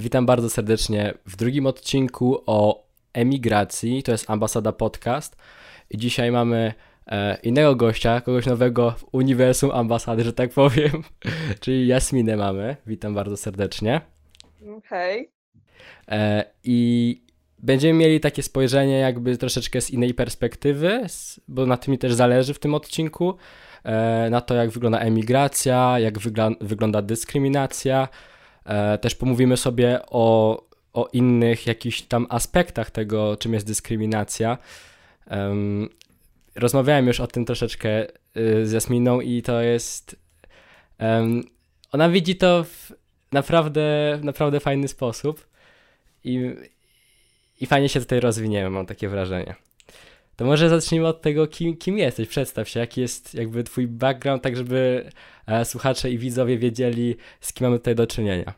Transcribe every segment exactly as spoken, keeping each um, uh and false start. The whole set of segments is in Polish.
Witam bardzo serdecznie w drugim odcinku o emigracji. To jest Ambasada Podcast. I dzisiaj mamy e, innego gościa, kogoś nowego w uniwersum ambasady, że tak powiem. Czyli Jasminę mamy. Witam bardzo serdecznie. Hej. E, I będziemy mieli takie spojrzenie jakby troszeczkę z innej perspektywy, z, bo na tym mi też zależy w tym odcinku. E, na to, jak wygląda emigracja, jak wygla- wygląda dyskryminacja. E, też pomówimy sobie o, o innych jakichś tam aspektach tego, czym jest dyskryminacja. Em, rozmawiałem już o tym troszeczkę y, z Jasminą i to jest... em, ona widzi to w naprawdę, w naprawdę fajny sposób i, i fajnie się tutaj rozwiniemy, mam takie wrażenie. To może zacznijmy od tego, kim, kim jesteś. Przedstaw się, jaki jest jakby twój background, tak żeby e, słuchacze i widzowie wiedzieli, z kim mamy tutaj do czynienia.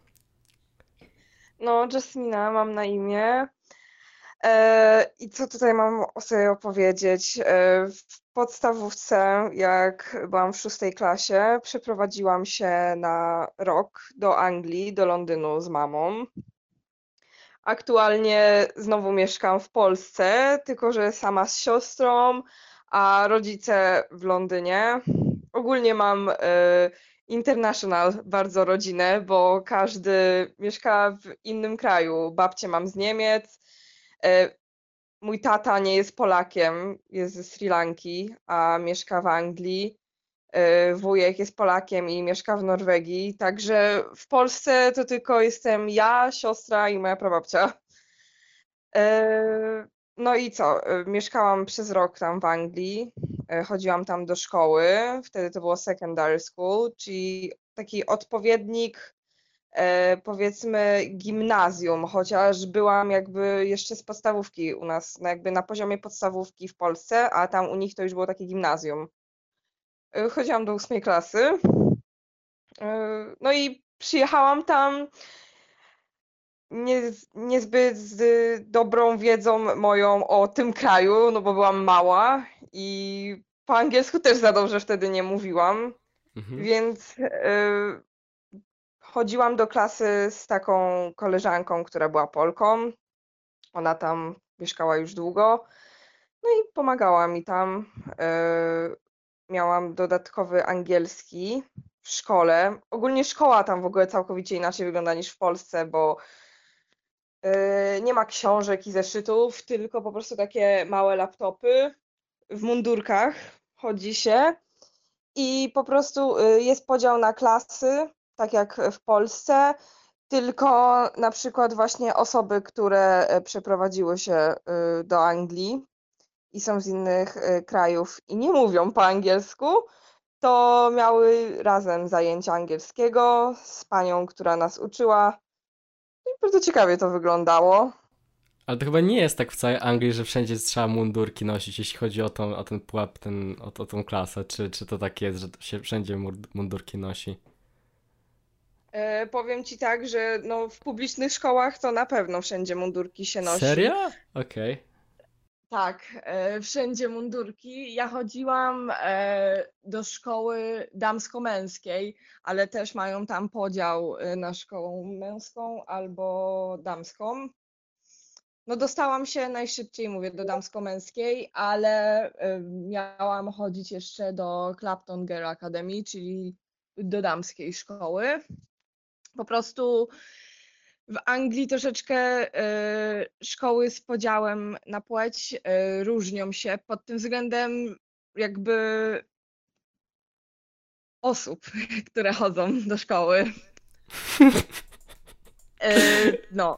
No, Jasmina mam na imię. E, I co tutaj mam o sobie opowiedzieć? E, w podstawówce, jak byłam w szóstej klasie, przeprowadziłam się na rok do Anglii, do Londynu z mamą. Aktualnie znowu mieszkam w Polsce, tylko że sama z siostrą, a rodzice w Londynie. Ogólnie mam e, international bardzo rodzinę, bo każdy mieszka w innym kraju. Babcię mam z Niemiec, e, mój tata nie jest Polakiem, jest ze Sri Lanki, a mieszka w Anglii. E, Wujek jest Polakiem i mieszka w Norwegii, także w Polsce to tylko jestem ja, siostra i moja prababcia. E, No i co? e, Mieszkałam przez rok tam w Anglii, e, chodziłam tam do szkoły, wtedy to było secondary school, czyli taki odpowiednik, e, powiedzmy, gimnazjum, chociaż byłam jakby jeszcze z podstawówki u nas, no jakby na poziomie podstawówki w Polsce, a tam u nich to już było takie gimnazjum. E, Chodziłam do ósmej klasy, e, no i przyjechałam tam nie, niezbyt z dobrą wiedzą moją o tym kraju, no bo byłam mała i po angielsku też za dobrze wtedy nie mówiłam, Mhm. więc e, chodziłam do klasy z taką koleżanką, która była Polką. Ona tam mieszkała już długo, no i pomagała mi tam. E, miałam dodatkowy angielski w szkole. Ogólnie szkoła tam w ogóle całkowicie inaczej wygląda niż w Polsce, bo Yy, nie ma książek i zeszytów, tylko po prostu takie małe laptopy w mundurkach chodzi się i po prostu yy, jest podział na klasy, tak jak w Polsce, tylko na przykład właśnie osoby, które e, przeprowadziły się yy, do Anglii i są z innych yy, krajów i nie mówią po angielsku, to miały razem zajęcia angielskiego z panią, która nas uczyła. I bardzo ciekawie to wyglądało. Ale to chyba nie jest tak w całej Anglii, że wszędzie trzeba mundurki nosić, jeśli chodzi o, tą, o ten pułap, ten, o, o tą klasę. Czy, czy to tak jest, że się wszędzie mur- mundurki nosi? E, powiem ci tak, że no, w publicznych szkołach to na pewno wszędzie mundurki się nosi. Serio? Okej. Tak, e, wszędzie mundurki. Ja chodziłam e, do szkoły damsko-męskiej, ale też mają tam podział e, na szkołę męską albo damską. No dostałam się najszybciej, mówię, do damsko-męskiej, ale e, miałam chodzić jeszcze do Clapton Girl Academy, czyli do damskiej szkoły. Po prostu w Anglii troszeczkę e, szkoły z podziałem na płeć e, różnią się pod tym względem jakby osób, które chodzą do szkoły. E, no.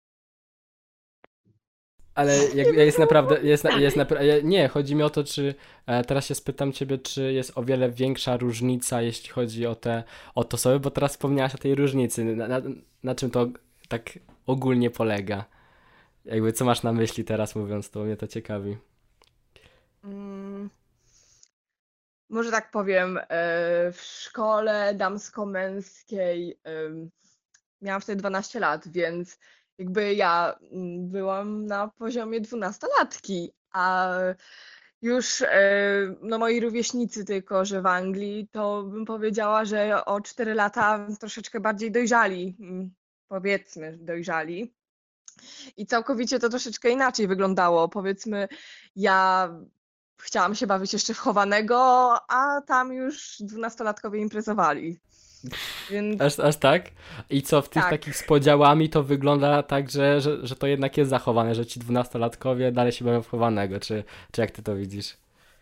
Ale jak, Nie jest wiem, naprawdę, jest, na- jest dalej. naprawdę, nie, chodzi mi o to, czy, e, teraz się spytam ciebie, czy jest o wiele większa różnica, jeśli chodzi o te, o to sobie, bo teraz wspomniałaś o tej różnicy, na, na, na czym to tak ogólnie polega? Jakby co masz na myśli teraz mówiąc to, mnie to ciekawi. Mm, może tak powiem, e, w szkole damsko-męskiej em, miałam wtedy dwanaście lat, więc jakby ja mm, byłam na poziomie dwunastolatki, a już e, no moi rówieśnicy tylko, że w Anglii, to bym powiedziała, że o cztery lata troszeczkę bardziej dojrzali. Mm, powiedzmy dojrzali. I całkowicie to troszeczkę inaczej wyglądało. Powiedzmy, ja chciałam się bawić jeszcze w chowanego, a tam już dwunastolatkowie imprezowali. Więc Aż, aż tak? I co, w tych tak. takich z podziałami to wygląda tak, że, że, że to jednak jest zachowane, że ci dwunastolatkowie dalej się bawią w chowanego, czy, czy jak ty to widzisz?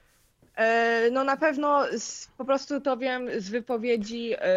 E, No na pewno z, po prostu to wiem z wypowiedzi e,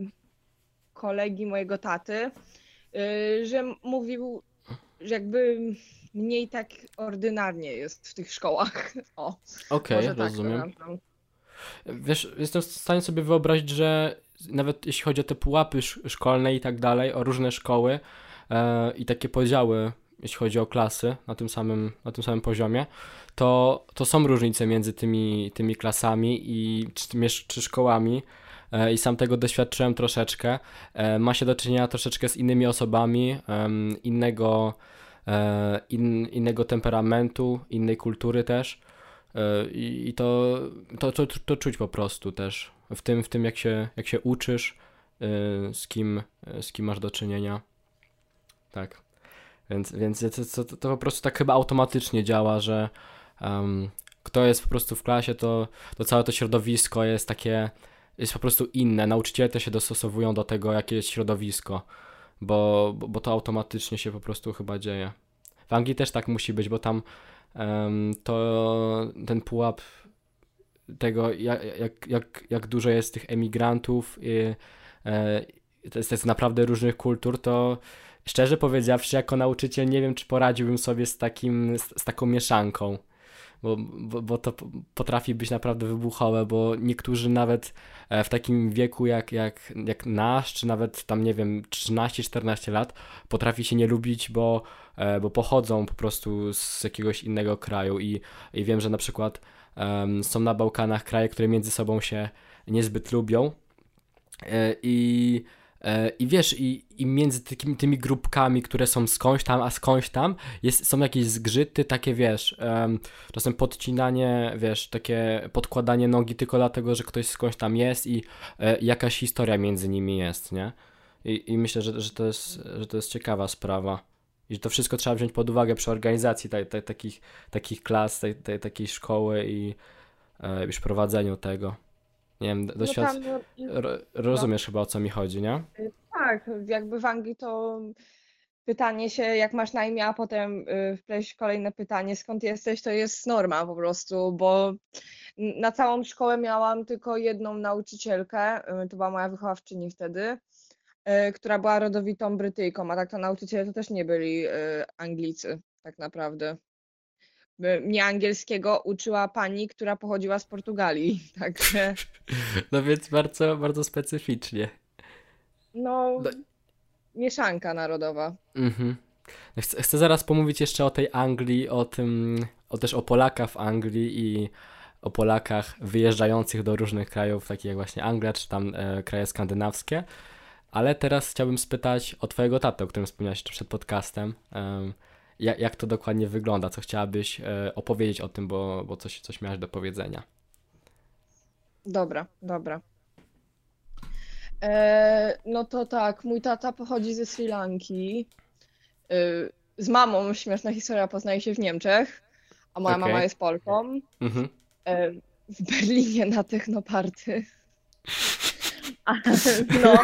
kolegi mojego taty, e, że mówił, że jakby mniej tak ordynarnie jest w tych szkołach. O, Okej, może tak to rozumiem. nazwę. Wiesz, jestem w stanie sobie wyobrazić, że nawet jeśli chodzi o te pułapy sz- szkolne i tak dalej, o różne szkoły e, i takie podziały, jeśli chodzi o klasy na tym samym, na tym samym poziomie, to, to są różnice między tymi, tymi klasami i czy, tymi sz- czy szkołami. E, I sam tego doświadczyłem troszeczkę. E, ma się do czynienia troszeczkę z innymi osobami, em, innego, e, in, innego temperamentu, innej kultury też. E, I i to, to, to, to czuć po prostu też w tym, w tym jak się, jak się uczysz, e, z kim, e, z kim masz do czynienia. Tak. Więc, więc to, to, to po prostu tak chyba automatycznie działa, że em, kto jest po prostu w klasie, to, to całe to środowisko jest takie, jest po prostu inne. Nauczyciele też się dostosowują do tego, jakie jest środowisko, bo, bo, bo to automatycznie się po prostu chyba dzieje. W Anglii też tak musi być, bo tam em, to ten pułap tego, jak, jak, jak, jak dużo jest tych emigrantów i e, to jest, to jest naprawdę różnych kultur, to szczerze powiedziawszy, jako nauczyciel nie wiem, czy poradziłbym sobie z takim, z, z taką mieszanką, bo, bo, bo to p- potrafi być naprawdę wybuchowe, bo niektórzy nawet e, w takim wieku jak, jak, jak nasz, czy nawet tam, nie wiem, trzynaście czternaście lat, potrafi się nie lubić, bo, e, bo pochodzą po prostu z jakiegoś innego kraju i, i wiem, że na przykład em, są na Bałkanach kraje, które między sobą się niezbyt lubią. E, I, e, i wiesz, i, i między tymi, tymi grupkami, które są skądś tam, a skądś tam, jest, są jakieś zgrzyty, takie wiesz, em, czasem podcinanie, wiesz, takie podkładanie nogi tylko dlatego, że ktoś skądś tam jest i e, jakaś historia między nimi jest, nie? I, i myślę, że, że, to jest, że to jest ciekawa sprawa. I że to wszystko trzeba wziąć pod uwagę przy organizacji taj, taj, takich, takich klas, tej, tej, takiej szkoły i e, już prowadzeniu tego. Nie wiem, No doświad... tam, no, Ro- no, rozumiesz chyba o co mi chodzi, nie? y, tak, jakby w Anglii to pytanie się, jak masz na imię, a potem y, wpleść kolejne pytanie, skąd jesteś, to jest norma po prostu, bo n- na całą szkołę miałam tylko jedną nauczycielkę, y, to była moja wychowawczyni wtedy, y, która była rodowitą Brytyjką, a tak to nauczyciele to też nie byli y, Anglicy, tak naprawdę. Y, Mnie angielskiego uczyła pani, która pochodziła z Portugalii, także No więc bardzo, bardzo specyficznie. no, No, mieszanka narodowa. mhm. No chcę, chcę zaraz pomówić jeszcze o tej Anglii, o tym, o też o Polakach w Anglii i o Polakach wyjeżdżających do różnych krajów, takich jak właśnie Anglia, czy tam e, kraje skandynawskie. Ale teraz chciałbym spytać o twojego tatę, o którym wspomniałeś jeszcze przed podcastem. Em, jak, jak to dokładnie wygląda? Co chciałabyś e, opowiedzieć o tym, bo, bo coś, coś miałaś do powiedzenia. Dobra, dobra. E, no to tak, mój tata pochodzi ze Sri Lanki. E, z mamą, śmieszna historia, poznaje się w Niemczech, a moja mama Okej. jest Polką. Mhm. E, w Berlinie na technoparty. A, no,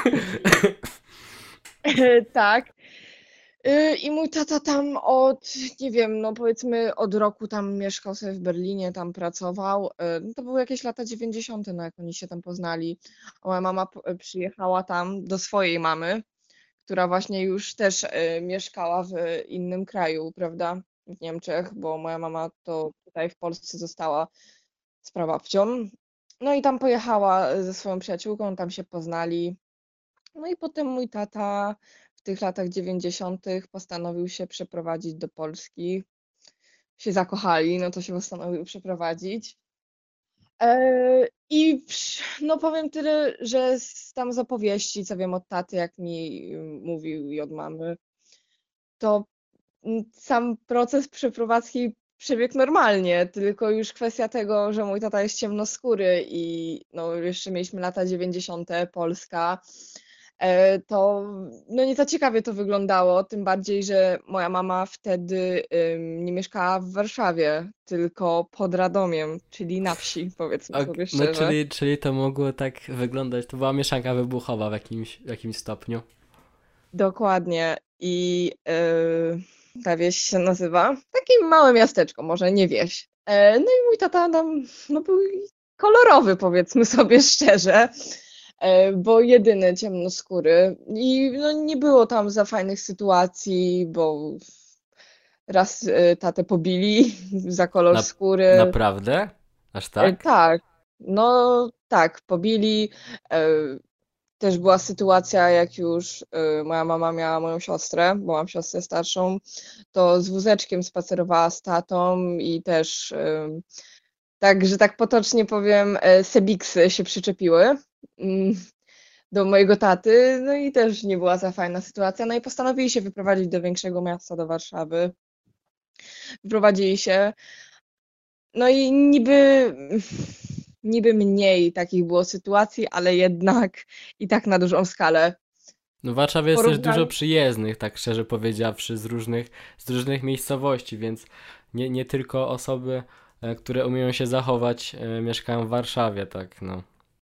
e, tak. E, I mój tata tam od, nie wiem, no powiedzmy od roku tam mieszkał sobie w Berlinie, tam pracował. E, no to były jakieś lata dziewięćdziesiąte, no jak oni się tam poznali. A moja mama p- przyjechała tam do swojej mamy, która właśnie już też e, mieszkała w innym kraju, prawda? W Niemczech, bo moja mama to tutaj w Polsce została z prababcią. No i tam pojechała ze swoją przyjaciółką, tam się poznali. No i potem mój tata w tych latach dziewięćdziesiątych postanowił się przeprowadzić do Polski. Się zakochali, no to się postanowił przeprowadzić. E, I psz, no powiem tyle, że z, tam z opowieści, co wiem od taty, jak mi y, mówił i od mamy, to mm, sam proces przeprowadzki przebiegł normalnie, tylko już kwestia tego, że mój tata jest ciemnoskóry i no jeszcze mieliśmy lata dziewięćdziesiąte. Polska. e, to no nie za ciekawie to wyglądało, tym bardziej, że moja mama wtedy ym, nie mieszkała w Warszawie, tylko pod Radomiem, czyli na wsi, powiedzmy Ok, sobie no szczerze. czyli, czyli to mogło tak wyglądać, to była mieszanka wybuchowa w jakimś, w jakimś stopniu. Dokładnie. I yy, ta wieś się nazywa takie małe miasteczko, może nie wieś. E, no i mój tata nam no, był kolorowy, powiedzmy sobie szczerze, e, bo jedyny ciemnoskóry. I no, nie było tam za fajnych sytuacji, bo raz e, tatę pobili za kolor Na, skóry. naprawdę? Aż E, tak? tak, no tak, pobili. E, Też była sytuacja, jak już y, moja mama miała moją siostrę, bo mam siostrę starszą, to z wózeczkiem spacerowała z tatą i też, y, tak, że tak potocznie powiem, e, sebiksy się przyczepiły mm, do mojego taty, no i też nie była za fajna sytuacja. No i postanowili się wyprowadzić do większego miasta, do Warszawy. Wyprowadzili się, no i niby, niby mniej takich było sytuacji, ale jednak i tak na dużą skalę. No w Warszawie W jest też dużo porównaniu przyjezdnych, tak szczerze powiedziawszy, z różnych, z różnych miejscowości, więc nie, nie tylko osoby, e, które umieją się zachować, e, mieszkają w Warszawie, tak no.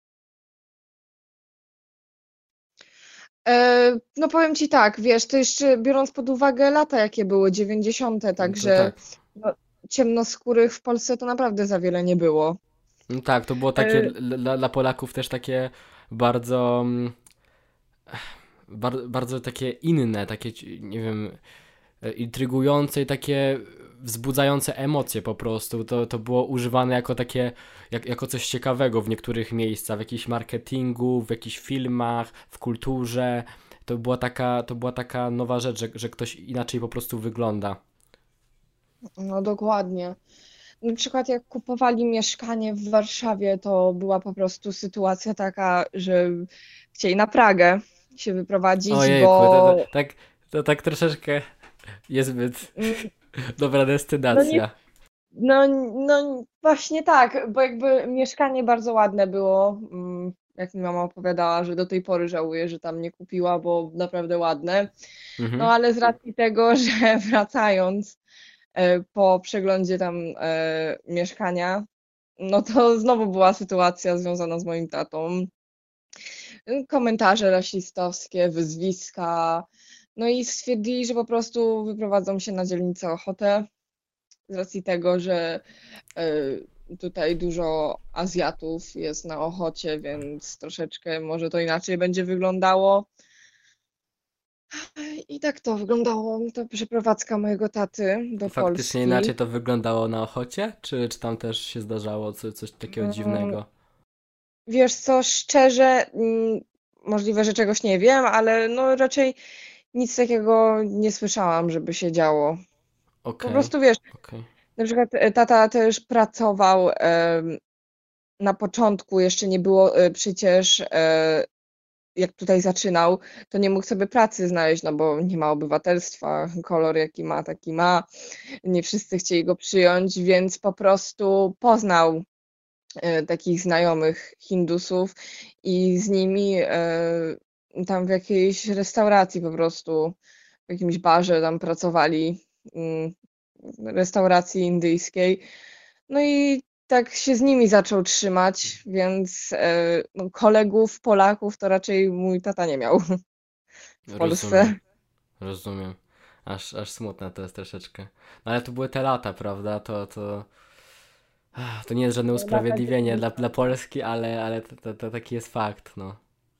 E, No powiem ci tak, wiesz, to jeszcze biorąc pod uwagę lata, jakie były, dziewięćdziesiąte, No to także tak. no, ciemnoskórych w Polsce to naprawdę za wiele nie było. No tak, to było takie E, dla, dla Polaków też takie bardzo, mm, bar, bardzo takie inne, takie, ci- nie wiem, e, intrygujące i takie wzbudzające emocje po prostu. To, to było używane jako takie, jak, jako coś ciekawego w niektórych miejscach, w jakimś marketingu, w jakichś filmach, w kulturze. To była taka, to była taka nowa rzecz, że, że ktoś inaczej po prostu wygląda. No dokładnie. Na przykład jak kupowali mieszkanie w Warszawie, to była po prostu sytuacja taka, że chcieli na Pragę się wyprowadzić, Ojejku, to, to, bo tak, to tak troszeczkę niezbyt mm, dobra no nie, destynacja. no, no właśnie tak, bo jakby mieszkanie bardzo ładne było. mm, Jak mi mama opowiadała, że do tej pory żałuje, że tam nie kupiła, bo naprawdę ładne. No Mhm. ale z racji tego, że wracając e, po przeglądzie tam e, mieszkania, no to znowu była sytuacja związana z moim tatą. Komentarze rasistowskie, wyzwiska. No i stwierdzili, że po prostu wyprowadzą się na dzielnicę Ochotę z racji tego, że e, tutaj dużo Azjatów jest na Ochocie, więc troszeczkę może to inaczej będzie wyglądało. I tak to wyglądało, to przeprowadzka mojego taty do Faktycznie inaczej Polski. to wyglądało na Ochocie? Czy, czy tam też się zdarzało co, coś takiego Mm, dziwnego? Wiesz co, szczerze, mm, możliwe, że czegoś nie wiem, ale no raczej nic takiego nie słyszałam, żeby się działo. Po Okej, prostu wiesz, okej. na przykład e, tata też pracował em, na początku, jeszcze nie było e, przecież, e, jak tutaj zaczynał, to nie mógł sobie pracy znaleźć, no bo nie ma obywatelstwa, kolor jaki ma, taki ma. Nie wszyscy chcieli go przyjąć, więc po prostu poznał e, takich znajomych Hindusów i z nimi e, tam w jakiejś restauracji po prostu, w jakimś barze tam pracowali, mm, restauracji indyjskiej. No i tak się z nimi zaczął trzymać, więc e, no, kolegów Polaków to raczej mój tata nie miał w Rozumiem, Polsce. rozumiem. Aż, aż smutne to jest troszeczkę. No ale to były te lata, prawda? To, to, ah, to nie jest żadne No, lata usprawiedliwienie dla, dla dziewięćdziesiąte. Polski, ale, ale to, to, to taki jest fakt, no.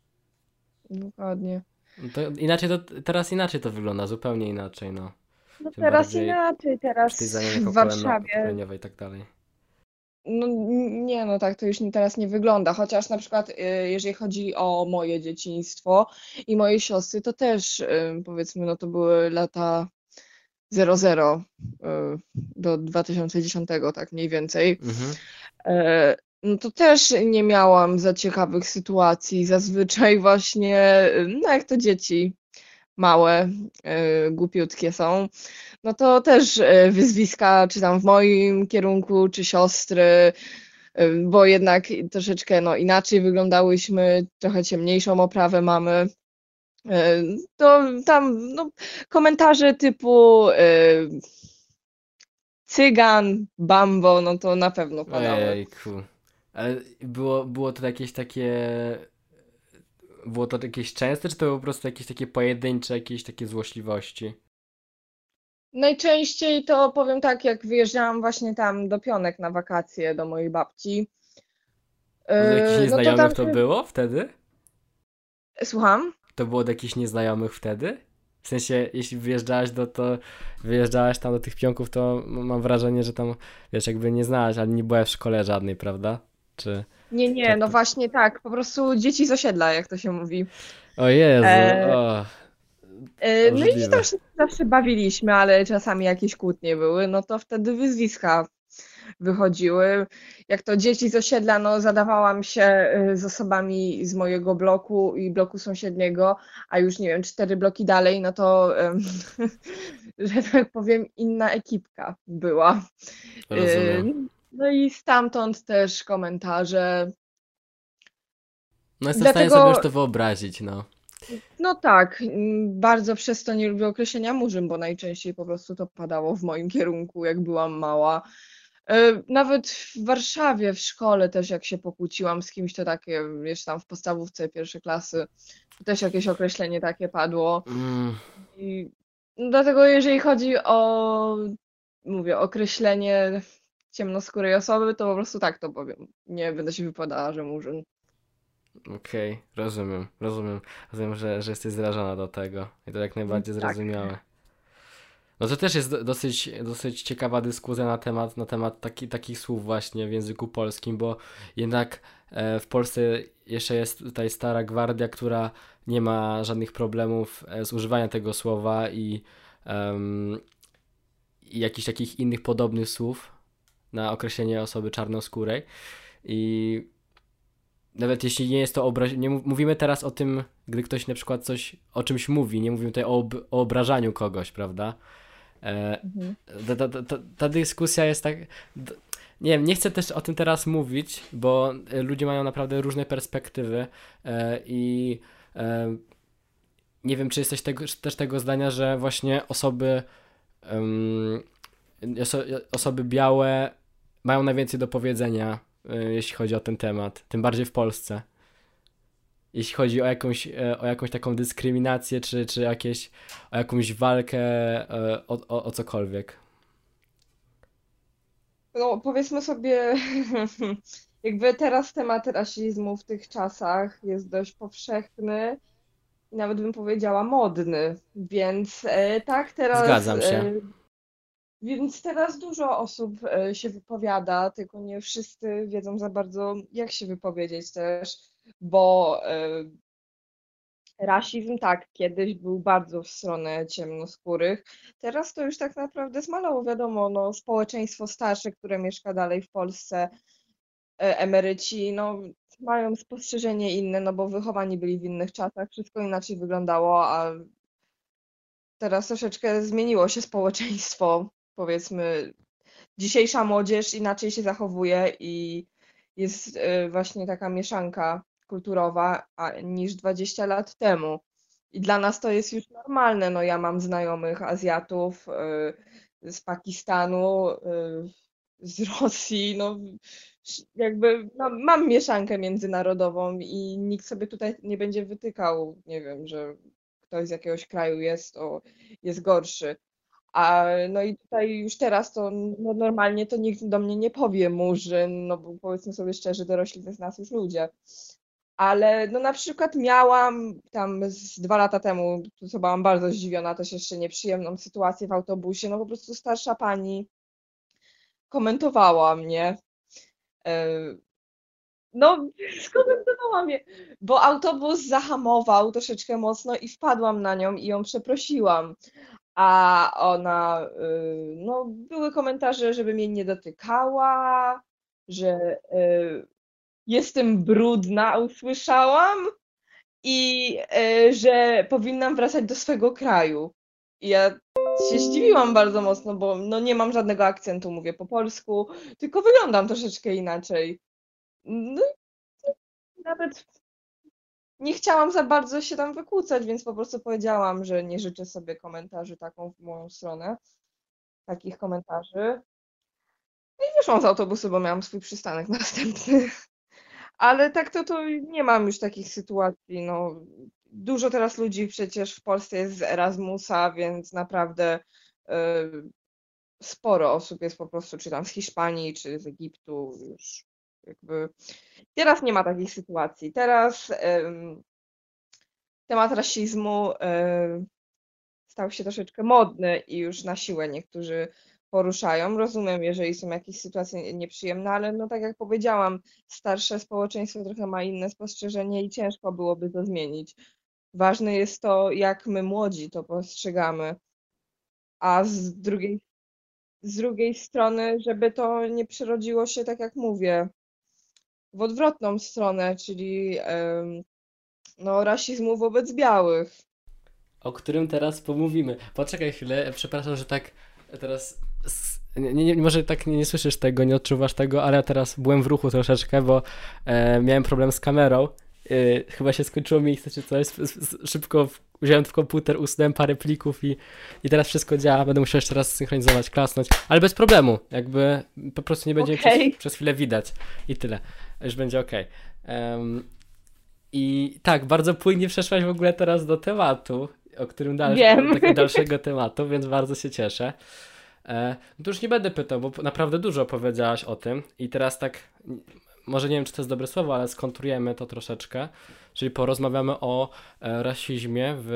Dokładnie. No to inaczej to, teraz inaczej to wygląda, zupełnie inaczej, no. No Tym teraz bardziej inaczej, przy tej teraz zamianie w pokoleno- Warszawie. pokoleniowej i tak dalej. No n- nie, no tak to już nie- teraz nie wygląda. Chociaż na przykład y, jeżeli chodzi o moje dzieciństwo i moje siostry, to też y, powiedzmy, no to były lata zero zero y, do dwa tysiące dziesiątego, tak mniej więcej. Mhm. E, No to też nie miałam za ciekawych sytuacji. Zazwyczaj właśnie, y, no jak to dzieci małe, y, głupiutkie są, no to też y, wyzwiska, czy tam w moim kierunku, czy siostry, y, bo jednak troszeczkę no, inaczej wyglądałyśmy, trochę ciemniejszą oprawę mamy. E, To tam no, komentarze typu e, cygan, bambo, no to na pewno padały. Ojejku. Ale było, było to jakieś takie... Było to jakieś częste, czy to było po prostu jakieś takie pojedyncze, jakieś takie złośliwości? Najczęściej to powiem tak, jak wyjeżdżałam właśnie tam do Pionek na wakacje do mojej babci, Do jakichś e, no to nieznajomych tam to się... było wtedy? Słucham? To było do jakichś nieznajomych wtedy? W sensie, jeśli wyjeżdżałaś do to, wyjeżdżałaś tam do tych pionków, to m- mam wrażenie, że tam, wiesz, jakby nie znałaś, ale nie byłaś w szkole żadnej, prawda? Czy, Nie, czy nie, jak no to? właśnie tak, po prostu dzieci z osiedla, jak to się mówi. O Jezu, E, o, e, no i obrzydliwe. tam się zawsze bawiliśmy, ale czasami jakieś kłótnie były, no to wtedy wyzwiska wychodziły. Jak to dzieci z osiedla, no zadawałam się y, z osobami z mojego bloku i bloku sąsiedniego, a już nie wiem, cztery bloki dalej, no to, em, że tak powiem, inna ekipka była. Rozumiem. Y, No i stamtąd też komentarze. No jestem w stanie sobie już Dlatego, to wyobrazić, no. no tak, mm, bardzo przez to nie lubię określenia murzyn, bo najczęściej po prostu to padało w moim kierunku, jak byłam mała. E, Nawet w Warszawie, w szkole też jak się pokłóciłam z kimś, to takie, wiesz, tam w podstawówce pierwszej klasy, to też jakieś określenie takie padło. Mm, I dlatego jeżeli chodzi o, mówię, określenie ciemnoskórej osoby, to po prostu tak to powiem. Nie będę się wypowiadała, że murzyn. okej, rozumiem, rozumiem. Rozumiem, że, że jesteś zrażona do tego. I to jak najbardziej Tak. zrozumiałe. No to też jest do- dosyć, dosyć ciekawa dyskusja na temat, na temat taki, takich słów właśnie w języku polskim, bo jednak e, w Polsce jeszcze jest tutaj stara gwardia, która nie ma żadnych problemów e, z używaniem tego słowa i, em, i jakichś takich innych podobnych słów na określenie osoby czarnoskórej. I nawet jeśli nie jest to obraź... nie mów- mówimy teraz o tym, gdy ktoś na przykład coś o czymś mówi, nie mówimy tutaj o, ob... o obrażaniu kogoś, prawda? E, Mhm. ta, ta, ta, ta dyskusja jest tak. d- Nie wiem, nie chcę też o tym teraz mówić, bo e, ludzie mają naprawdę różne perspektywy e, i e, nie wiem, czy jesteś tego, też tego zdania, że właśnie osoby, em, oso, osoby białe mają najwięcej do powiedzenia, e, jeśli chodzi o ten temat, tym bardziej w Polsce. Jeśli chodzi o jakąś, e, o jakąś taką dyskryminację, czy, czy jakieś, o jakąś walkę, e, o, o, o cokolwiek. No, powiedzmy sobie, jakby teraz temat rasizmu w tych czasach jest dość powszechny i nawet bym powiedziała modny, więc e, tak teraz, Zgadzam e, się. więc teraz dużo osób e, się wypowiada, tylko nie wszyscy wiedzą za bardzo, jak się wypowiedzieć też, bo e, rasizm tak, kiedyś był bardzo w stronę ciemnoskórych, teraz to już tak naprawdę zmalało, wiadomo, no, społeczeństwo starsze, które mieszka dalej w Polsce, e, emeryci, no, mają spostrzeżenie inne, no bo wychowani byli w innych czasach, wszystko inaczej wyglądało, a teraz troszeczkę zmieniło się społeczeństwo, powiedzmy. Dzisiejsza młodzież inaczej się zachowuje i jest e, właśnie taka mieszanka kulturowa a, niż dwadzieścia lat temu. I dla nas to jest już normalne. No, ja mam znajomych Azjatów e, z Pakistanu, e, z Rosji, no jakby no, mam mieszankę międzynarodową i nikt sobie tutaj nie będzie wytykał, nie wiem, że ktoś z jakiegoś kraju jest, o, jest gorszy. A no i tutaj już teraz to no, normalnie to nikt do mnie nie powie murzyn, no bo powiedzmy sobie szczerze, dorośli to z nas już ludzie. Ale no na przykład miałam tam z dwa lata temu, co byłam bardzo zdziwiona, też jeszcze nieprzyjemną sytuację w autobusie, no po prostu starsza pani komentowała mnie. e, No, skomentowała mnie, bo autobus zahamował troszeczkę mocno i wpadłam na nią i ją przeprosiłam. A ona, y, no, były komentarze, żeby mnie nie dotykała, że y, jestem brudna, usłyszałam, i y, że powinnam wracać do swego kraju. I ja się zdziwiłam bardzo mocno, bo no, nie mam żadnego akcentu, mówię po polsku, tylko wyglądam troszeczkę inaczej. No i nawet nie chciałam za bardzo się tam wykłócać, więc po prostu powiedziałam, że nie życzę sobie komentarzy taką w moją stronę, takich komentarzy. No i wyszłam z autobusu, bo miałam swój przystanek następny. Ale tak to, to nie mam już takich sytuacji. No, dużo teraz ludzi przecież w Polsce jest z Erasmusa, więc naprawdę y, sporo osób jest po prostu, czy tam z Hiszpanii, czy z Egiptu, już jakby. Teraz nie ma takich sytuacji. Teraz ym, temat rasizmu y, stał się troszeczkę modny i już na siłę niektórzy poruszają. Rozumiem, jeżeli są jakieś sytuacje nieprzyjemne, ale no tak jak powiedziałam, starsze społeczeństwo trochę ma inne spostrzeżenie i ciężko byłoby to zmienić. Ważne jest to, jak my młodzi to postrzegamy, a z drugiej, z drugiej strony, żeby to nie przerodziło się, tak jak mówię, w odwrotną stronę, czyli em, no, rasizmu wobec białych. O którym teraz pomówimy. Poczekaj chwilę, przepraszam, że tak teraz... Nie, nie, może tak nie, nie słyszysz tego, nie odczuwasz tego, ale ja teraz byłem w ruchu troszeczkę, bo e, miałem problem z kamerą. E, chyba się skończyło miejsce czy coś. S, s, szybko w, wziąłem w komputer, usunąłem parę plików i, i teraz wszystko działa. Będę musiał jeszcze raz synchronizować, klasnąć, ale bez problemu. Jakby po prostu nie będzie Okej. przez, przez chwilę widać i tyle. Już będzie okej. Um, I tak, bardzo płynnie przeszłaś w ogóle teraz do tematu, o którym dalej, Wiem. do takiego dalszego tematu, więc bardzo się cieszę. E, no to już nie będę pytał, bo naprawdę dużo powiedziałaś o tym i teraz tak, może nie wiem, czy to jest dobre słowo, ale skonturujemy to troszeczkę, czyli porozmawiamy o e, rasizmie w,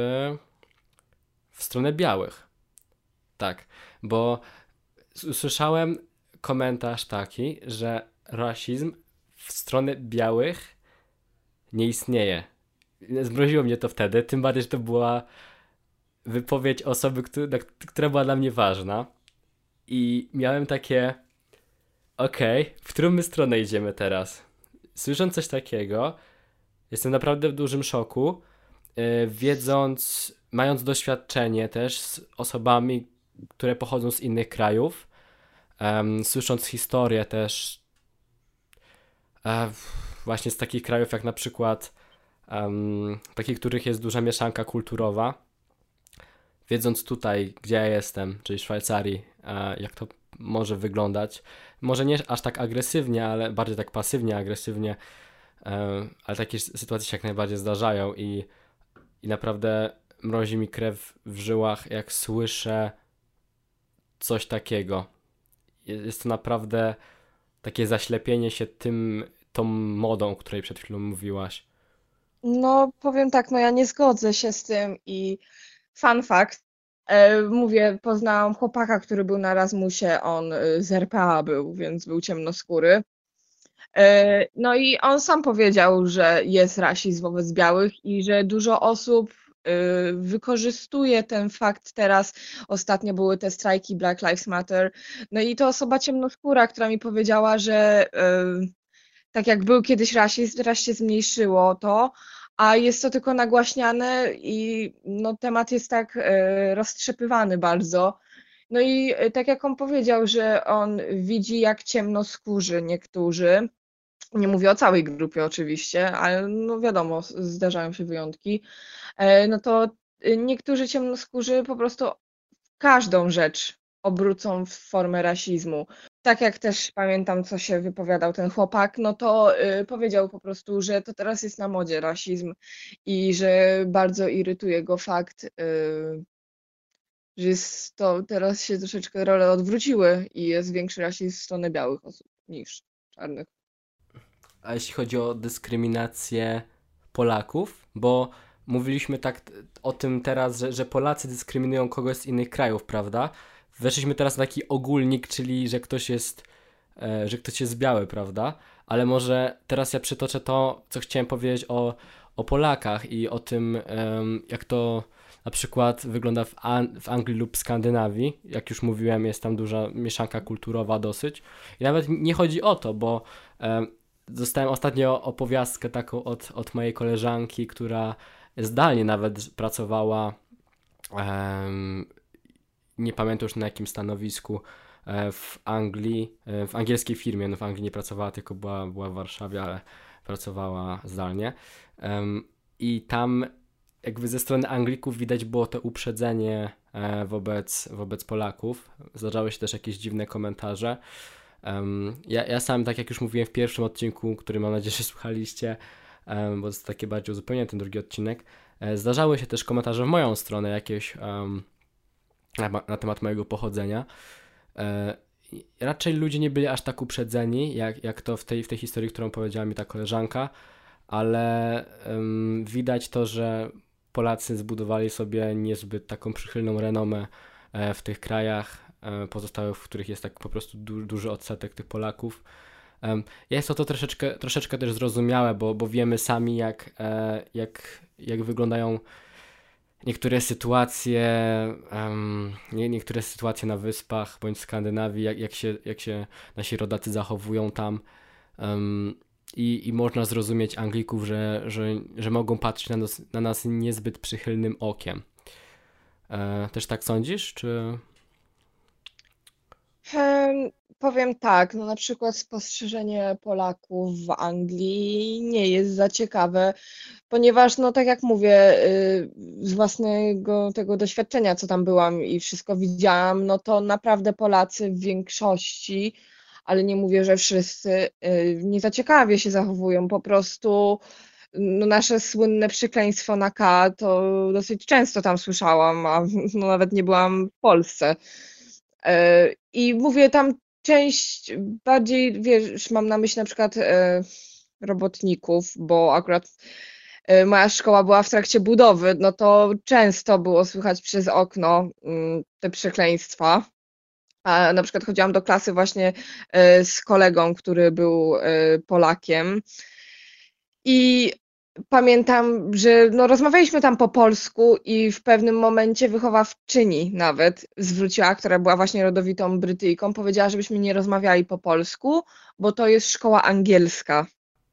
w stronę białych. Tak, bo usłyszałem komentarz taki, że rasizm w stronę białych nie istnieje. Zmroziło mnie to wtedy, tym bardziej, że to była wypowiedź osoby, która, która była dla mnie ważna. I miałem takie, okej, okay, w którą my stronę idziemy teraz? Słysząc coś takiego, jestem naprawdę w dużym szoku, yy, wiedząc, mając doświadczenie też z osobami, które pochodzą z innych krajów, um, słysząc historię też e, właśnie z takich krajów jak na przykład um, takich, których jest duża mieszanka kulturowa, wiedząc tutaj, gdzie ja jestem, czyli Szwajcarii, e, jak to może wyglądać, może nie aż tak agresywnie, ale bardziej tak pasywnie, agresywnie, e, ale takie sytuacje się jak najbardziej zdarzają i, i naprawdę mrozi mi krew w żyłach, jak słyszę coś takiego. Jest to naprawdę takie zaślepienie się tym, tą modą, o której przed chwilą mówiłaś. No, powiem tak, no ja nie zgodzę się z tym i fun fact, e, mówię, poznałam chłopaka, który był na Erasmusie, on e, z R P A był, więc był ciemnoskóry. E, No i on sam powiedział, że jest rasizm wobec białych i że dużo osób e, wykorzystuje ten fakt teraz. Ostatnio były te strajki Black Lives Matter. No i to osoba ciemnoskóra, która mi powiedziała, że e, tak jak był kiedyś rasizm, teraz się zmniejszyło to, a jest to tylko nagłaśniane i no, temat jest tak e, roztrzepywany bardzo. No i e, tak jak on powiedział, że on widzi, jak ciemnoskórzy niektórzy, nie mówię o całej grupie oczywiście, ale no wiadomo, s- zdarzają się wyjątki, e, no to e, niektórzy ciemnoskórzy po prostu każdą rzecz obrócą w formę rasizmu. Tak jak też pamiętam, co się wypowiadał ten chłopak, no to y, powiedział po prostu, że to teraz jest na modzie rasizm i że bardzo irytuje go fakt, y, że jest to teraz się troszeczkę role odwróciły i jest większy rasizm w stronę białych osób niż czarnych. A jeśli chodzi o dyskryminację Polaków, bo mówiliśmy tak t- o tym teraz, że, że Polacy dyskryminują kogoś z innych krajów, prawda? Weszliśmy teraz na taki ogólnik, czyli że ktoś jest, e, że ktoś jest biały, prawda? Ale może teraz ja przytoczę to, co chciałem powiedzieć o, o Polakach i o tym, em, jak to na przykład wygląda w, An- w Anglii lub Skandynawii. Jak już mówiłem, jest tam duża mieszanka kulturowa dosyć. I nawet nie chodzi o to, bo em, dostałem ostatnio opowiastkę taką od, od mojej koleżanki, która zdalnie nawet pracowała, em, nie pamiętam już na jakim stanowisku, e, w Anglii, e, w angielskiej firmie, no w Anglii nie pracowała, tylko była, była w Warszawie, ale pracowała zdalnie. Em, i tam jakby ze strony Anglików widać było to uprzedzenie e, wobec, wobec Polaków. Zdarzały się też jakieś dziwne komentarze. Um, ja, ja sam, tak jak już mówiłem w pierwszym odcinku, który mam nadzieję, że słuchaliście, um, bo to jest takie bardziej uzupełnienie ten drugi odcinek, e, zdarzały się też komentarze w moją stronę jakieś um, na, na temat mojego pochodzenia. E, raczej ludzie nie byli aż tak uprzedzeni, jak, jak to w tej, w tej historii, którą powiedziała mi ta koleżanka, ale um, widać to, że Polacy zbudowali sobie niezbyt taką przychylną renomę e, w tych krajach e, pozostałych, w których jest tak po prostu du- duży odsetek tych Polaków. Um, jest to, to troszeczkę, troszeczkę też zrozumiałe, bo, bo wiemy sami, jak, e, jak, jak wyglądają niektóre sytuacje, um, nie, niektóre sytuacje na Wyspach bądź w Skandynawii, jak, jak, się, jak się nasi rodacy zachowują tam. Um, i, I można zrozumieć Anglików, że, że, że mogą patrzeć na nas, na nas niezbyt przychylnym okiem. E, też tak sądzisz, czy... Em, Powiem tak, no na przykład spostrzeżenie Polaków w Anglii nie jest za ciekawe, ponieważ no tak jak mówię, y, z własnego tego doświadczenia, co tam byłam i wszystko widziałam, no to naprawdę Polacy w większości, ale nie mówię, że wszyscy, y, nie za ciekawie się zachowują, po prostu no nasze słynne przekleństwo na K to dosyć często tam słyszałam, a no nawet nie byłam w Polsce. E, I mówię tam część bardziej, wiesz, mam na myśli na przykład e, robotników, bo akurat e, moja szkoła była w trakcie budowy, no to często było słychać przez okno mm, te przekleństwa. A na przykład chodziłam do klasy właśnie e, z kolegą, który był e, Polakiem. I pamiętam, że no, rozmawialiśmy tam po polsku i w pewnym momencie wychowawczyni nawet zwróciła, która była właśnie rodowitą Brytyjką, powiedziała, żebyśmy nie rozmawiali po polsku, bo to jest szkoła angielska.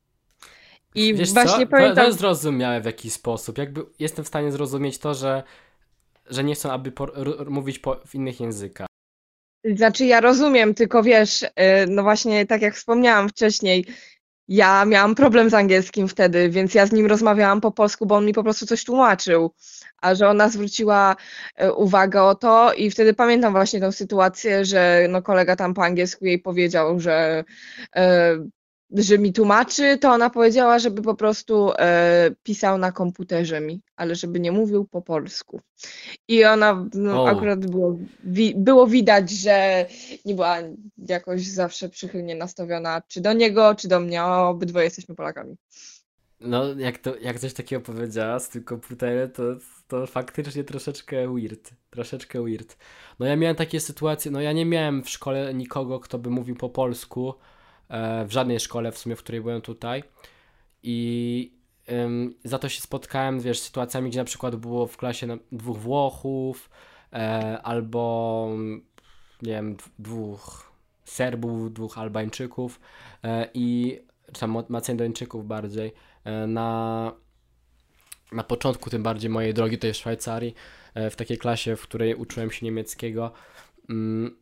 I Wiesz co? właśnie To, to pamiętam, jest zrozumiałe w jakiś sposób. Jakby jestem w stanie zrozumieć to, że, że nie chcą, aby po, r, mówić po, w innych językach. znaczy ja rozumiem, tylko wiesz, y, no właśnie tak jak wspomniałam wcześniej, ja miałam problem z angielskim wtedy, więc ja z nim rozmawiałam po polsku, bo on mi po prostu coś tłumaczył. A że ona zwróciła e, uwagę o to i wtedy pamiętam właśnie tą sytuację, że no kolega tam po angielsku jej powiedział, że, e, że mi tłumaczy, to ona powiedziała, żeby po prostu e, pisał na komputerze mi, ale żeby nie mówił po polsku. I ona no, O, akurat było, wi było widać, że nie była jakoś zawsze przychylnie nastawiona czy do niego, czy do mnie, a obydwoje jesteśmy Polakami. no jak, to, jak coś takiego powiedziała z tym komputerem, to, to faktycznie troszeczkę weird. Troszeczkę weird. No ja miałem takie sytuacje, no ja nie miałem w szkole nikogo, kto by mówił po polsku, e, w żadnej szkole w sumie, w której byłem tutaj. I ym, za to się spotkałem, wiesz, z sytuacjami, gdzie na przykład było w klasie na, dwóch Włochów, e, albo mm, nie wiem, d- dwóch Serbów, dwóch Albańczyków e, i czy tam Ma- Macedończyków bardziej. E, na, na początku tym bardziej mojej drogi tutaj w Szwajcarii, e, w takiej klasie, w której uczyłem się niemieckiego, mm,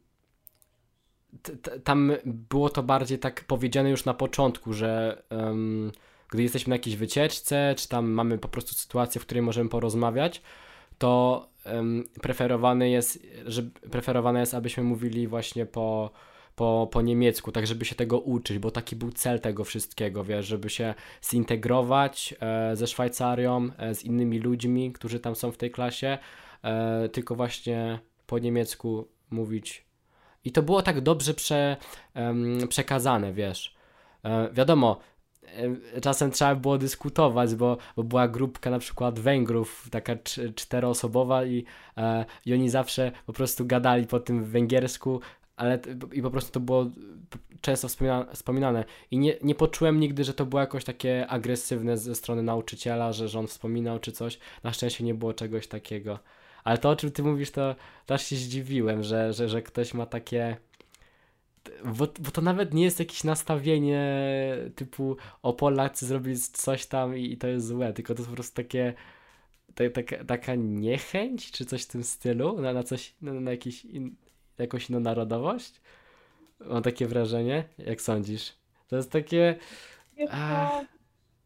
t- t- tam było to bardziej tak powiedziane już na początku, że em, gdy jesteśmy na jakiejś wycieczce, czy tam mamy po prostu sytuację, w której możemy porozmawiać, to em, preferowany jest, że preferowane jest, abyśmy mówili właśnie po, po, po niemiecku, tak żeby się tego uczyć, bo taki był cel tego wszystkiego, wiesz, żeby się zintegrować e, ze Szwajcarią, e, z innymi ludźmi, którzy tam są w tej klasie, e, tylko właśnie po niemiecku mówić. I to było tak dobrze prze, em, przekazane, wiesz. E, wiadomo, e, czasem trzeba było dyskutować, bo, bo była grupka na przykład Węgrów, taka cz- czteroosobowa i, e, i oni zawsze po prostu gadali po tym węgiersku, ale t- i po prostu to było p- często wspomina, wspominane. I nie, nie poczułem nigdy, że to było jakoś takie agresywne ze strony nauczyciela, że, że on wspominał czy coś. Na szczęście nie było czegoś takiego. Ale to, o czym ty mówisz, to też się zdziwiłem, że, że, że ktoś ma takie. Bo, bo to nawet nie jest jakieś nastawienie typu o Polacy zrobili coś tam i, i to jest złe, tylko to jest po prostu takie ta, taka, taka niechęć, czy coś w tym stylu, na, na coś, na, na jakiś in, jakąś inną narodowość. Mam takie wrażenie, jak sądzisz? To jest takie. Wiesz Ach, co,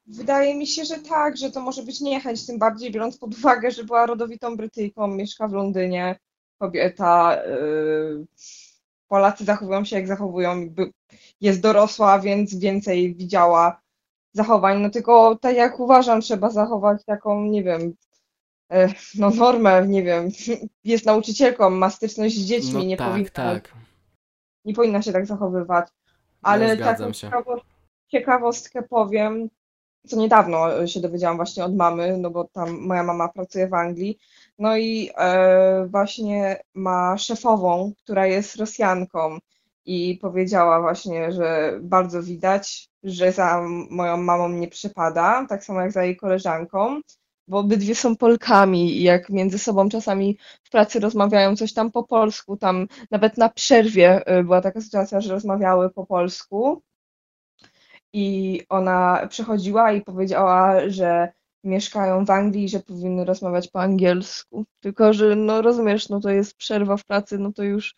Wydaje mi się, że tak, że to może być niechęć, tym bardziej biorąc pod uwagę, że była rodowitą Brytyjką, mieszka w Londynie, kobieta. Yy, Polacy zachowują się jak zachowują, jakby jest dorosła, więc więcej widziała zachowań. No tylko tak jak uważam, trzeba zachować taką, nie wiem, yy, no normę, nie wiem, jest nauczycielką, ma styczność z No dziećmi, nie tak, powinna, tak. nie powinna się tak zachowywać. No Ale taką zgadzam się. ciekawo- ciekawostkę powiem, co niedawno się dowiedziałam właśnie od mamy, no bo tam moja mama pracuje w Anglii, no i e, właśnie ma szefową, która jest Rosjanką i powiedziała właśnie, że bardzo widać, że za moją mamą nie przypada, tak samo jak za jej koleżanką, bo obydwie są Polkami i jak między sobą czasami w pracy rozmawiają coś tam po polsku, tam nawet na przerwie e, była taka sytuacja, że rozmawiały po polsku. I ona przychodziła i powiedziała, że mieszkają w Anglii i że powinny rozmawiać po angielsku. Tylko, że no rozumiesz, no to jest przerwa w pracy, no to już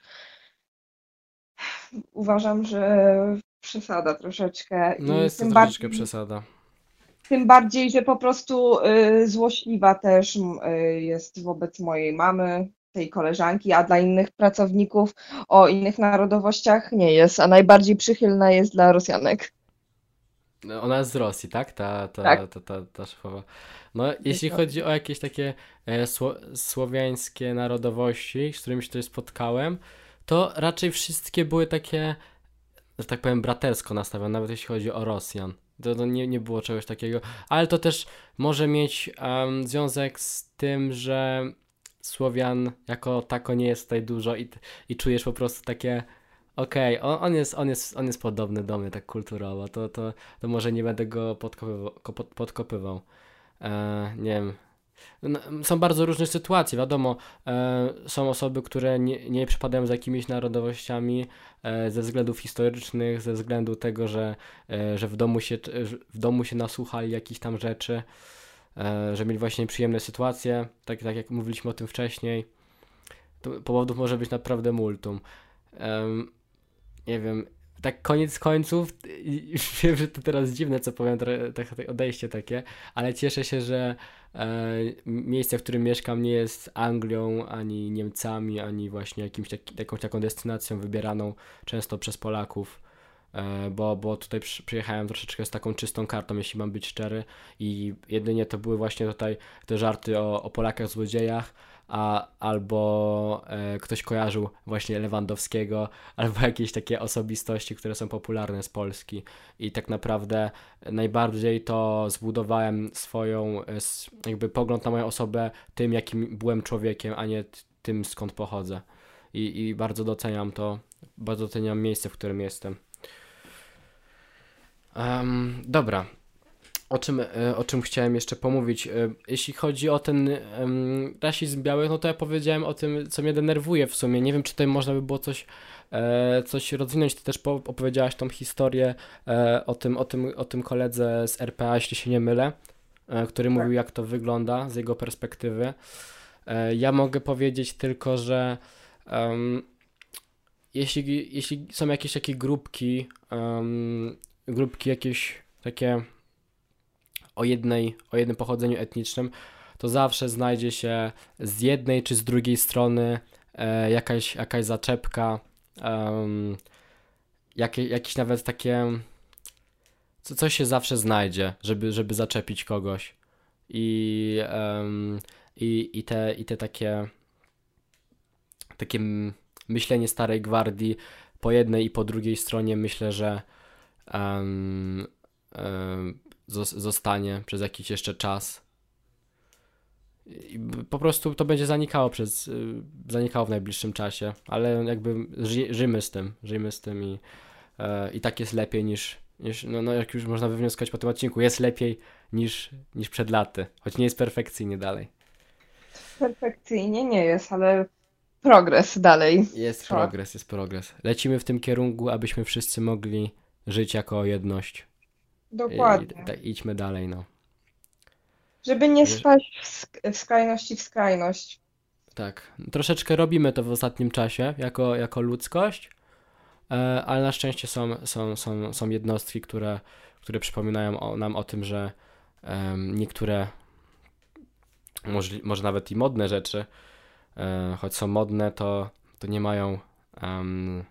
uważam, że przesada troszeczkę. No I jest to tym troszeczkę bardziej, przesada. tym bardziej, że po prostu y, złośliwa też y, jest wobec mojej mamy, tej koleżanki, a dla innych pracowników o innych narodowościach nie jest, a najbardziej przychylna jest dla Rosjanek. No, ona jest z Rosji, tak? Ta, Tak, ta, ta, ta, ta szefowa. No, jeśli dokładnie. chodzi o jakieś takie e, sło, słowiańskie narodowości, z którymi się tutaj spotkałem, to raczej wszystkie były takie, że tak powiem, bratersko nastawione, nawet jeśli chodzi o Rosjan. To, to nie, nie było czegoś takiego, ale to też może mieć em, związek z tym, że Słowian jako tako nie jest tutaj dużo i, i czujesz po prostu takie. Okej, on, on jest, on jest, on jest podobny do mnie tak kulturowo, to, to, to może nie będę go podkopywał. ko- pod- podkopywał. E, nie wiem. No, są bardzo różne sytuacje, wiadomo, e, są osoby, które nie, nie przypadają za jakimiś narodowościami e, ze względów historycznych, ze względu tego, że, e, że w domu się, w domu się nasłuchali jakichś tam rzeczy, e, że mieli właśnie przyjemne sytuacje, tak, tak jak mówiliśmy o tym wcześniej. To powodów może być naprawdę multum. Em, nie wiem, tak koniec końców, i- wiem, że to teraz dziwne, co powiem, trochę- tak tak odejście takie, ale cieszę się, że e, miejsce, w którym mieszkam, nie jest Anglią, ani Niemcami, ani właśnie jakimś taki, jakąś taką destynacją wybieraną często przez Polaków. E, bo, bo tutaj przy, przyjechałem troszeczkę z taką czystą kartą, jeśli mam być szczery, i jedynie to były właśnie tutaj te żarty o, o Polakach złodziejach, a albo e, ktoś kojarzył właśnie Lewandowskiego, albo jakieś takie osobistości, które są popularne z Polski. I tak naprawdę najbardziej to zbudowałem swoją, e, s- jakby pogląd na moją osobę tym, jakim byłem człowiekiem, a nie t- tym, skąd pochodzę. I, i bardzo doceniam to, bardzo doceniam miejsce, w którym jestem. Em, dobra, o czym, e, o czym chciałem jeszcze pomówić? E, Jeśli chodzi o ten em, rasizm białych, no to ja powiedziałem o tym, co mnie denerwuje w sumie. Nie wiem, czy tutaj można by było coś, e, coś rozwinąć. Ty też po, opowiedziałaś tą historię e, o tym, o tym, o tym koledze z R P A, jeśli się nie mylę, e, który mówił, Tak. jak to wygląda z jego perspektywy. E, ja mogę powiedzieć tylko, że em, jeśli, jeśli są jakieś takie grupki, em, grupki jakieś takie o jednej, o jednym pochodzeniu etnicznym, to zawsze znajdzie się z jednej czy z drugiej strony e, jakaś, jakaś zaczepka, em, jakie, jakieś nawet takie, co, coś się zawsze znajdzie, żeby, żeby zaczepić kogoś. I, em, i, i, te, i te takie, takie m- myślenie starej gwardii po jednej i po drugiej stronie, myślę, że em, em, zos- zostanie przez jakiś jeszcze czas. I po prostu to będzie zanikało przez, y, zanikało w najbliższym czasie, ale jakby ży, żyjmy z tym, żyjmy z tym i, e, i tak jest lepiej niż, niż no, no jak już można wywnioskować po tym odcinku, jest lepiej niż, niż przed laty, choć nie jest perfekcyjnie dalej. Perfekcyjnie nie jest, ale progres dalej Jest trwa. progres, jest progres. Lecimy w tym kierunku, abyśmy wszyscy mogli żyć jako jedność. I, i Dokładnie. tak idźmy dalej, no. Żeby nie Także spaść w, sk- w skrajności w skrajność. tak, troszeczkę robimy to w ostatnim czasie jako, jako ludzkość, e, ale na szczęście są, są, są, są jednostki, które, które przypominają o, nam o tym, że em, niektóre, może, może nawet i modne rzeczy, e, choć są modne, to, to nie mają em,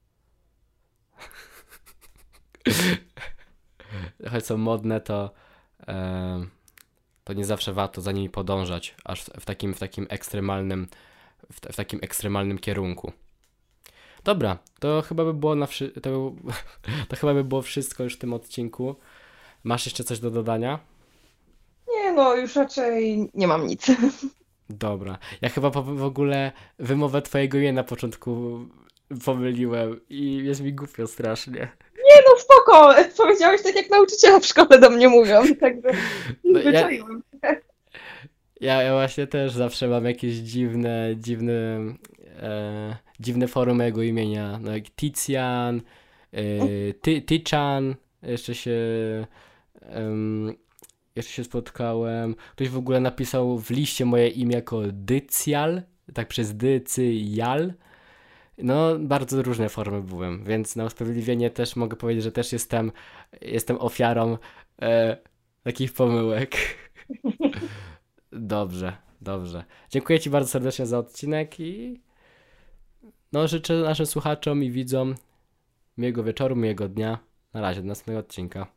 choć są modne, to em, to nie zawsze warto za nimi podążać, aż w, w takim, w takim ekstremalnym w, w takim ekstremalnym kierunku. Dobra, to chyba by było na wszy- to, to chyba by było wszystko już w tym odcinku. Masz jeszcze coś do dodania? Nie, no już raczej nie mam nic. Dobra. Ja chyba po, w ogóle wymowę twojego imienia na początku pomyliłem i jest mi głupio strasznie. Nie, no spoko, powiedziałeś tak jak nauczyciele w szkole do mnie mówią, także No, ja, zwyczaiłam. ja, ja właśnie też zawsze mam jakieś dziwne, dziwne, e, dziwne formy mojego imienia. No jak Tizian, e, Ty, Tyczan, jeszcze się em, jeszcze się spotkałem. Ktoś w ogóle napisał w liście moje imię jako Dycjal, tak przez Dycyjal. No, bardzo różne formy byłem, więc na usprawiedliwienie też mogę powiedzieć, że też jestem, jestem ofiarą e, takich pomyłek. Dobrze, dobrze. Dziękuję Ci bardzo serdecznie za odcinek i no, życzę naszym słuchaczom i widzom miłego wieczoru, miłego dnia. Na razie, do następnego odcinka.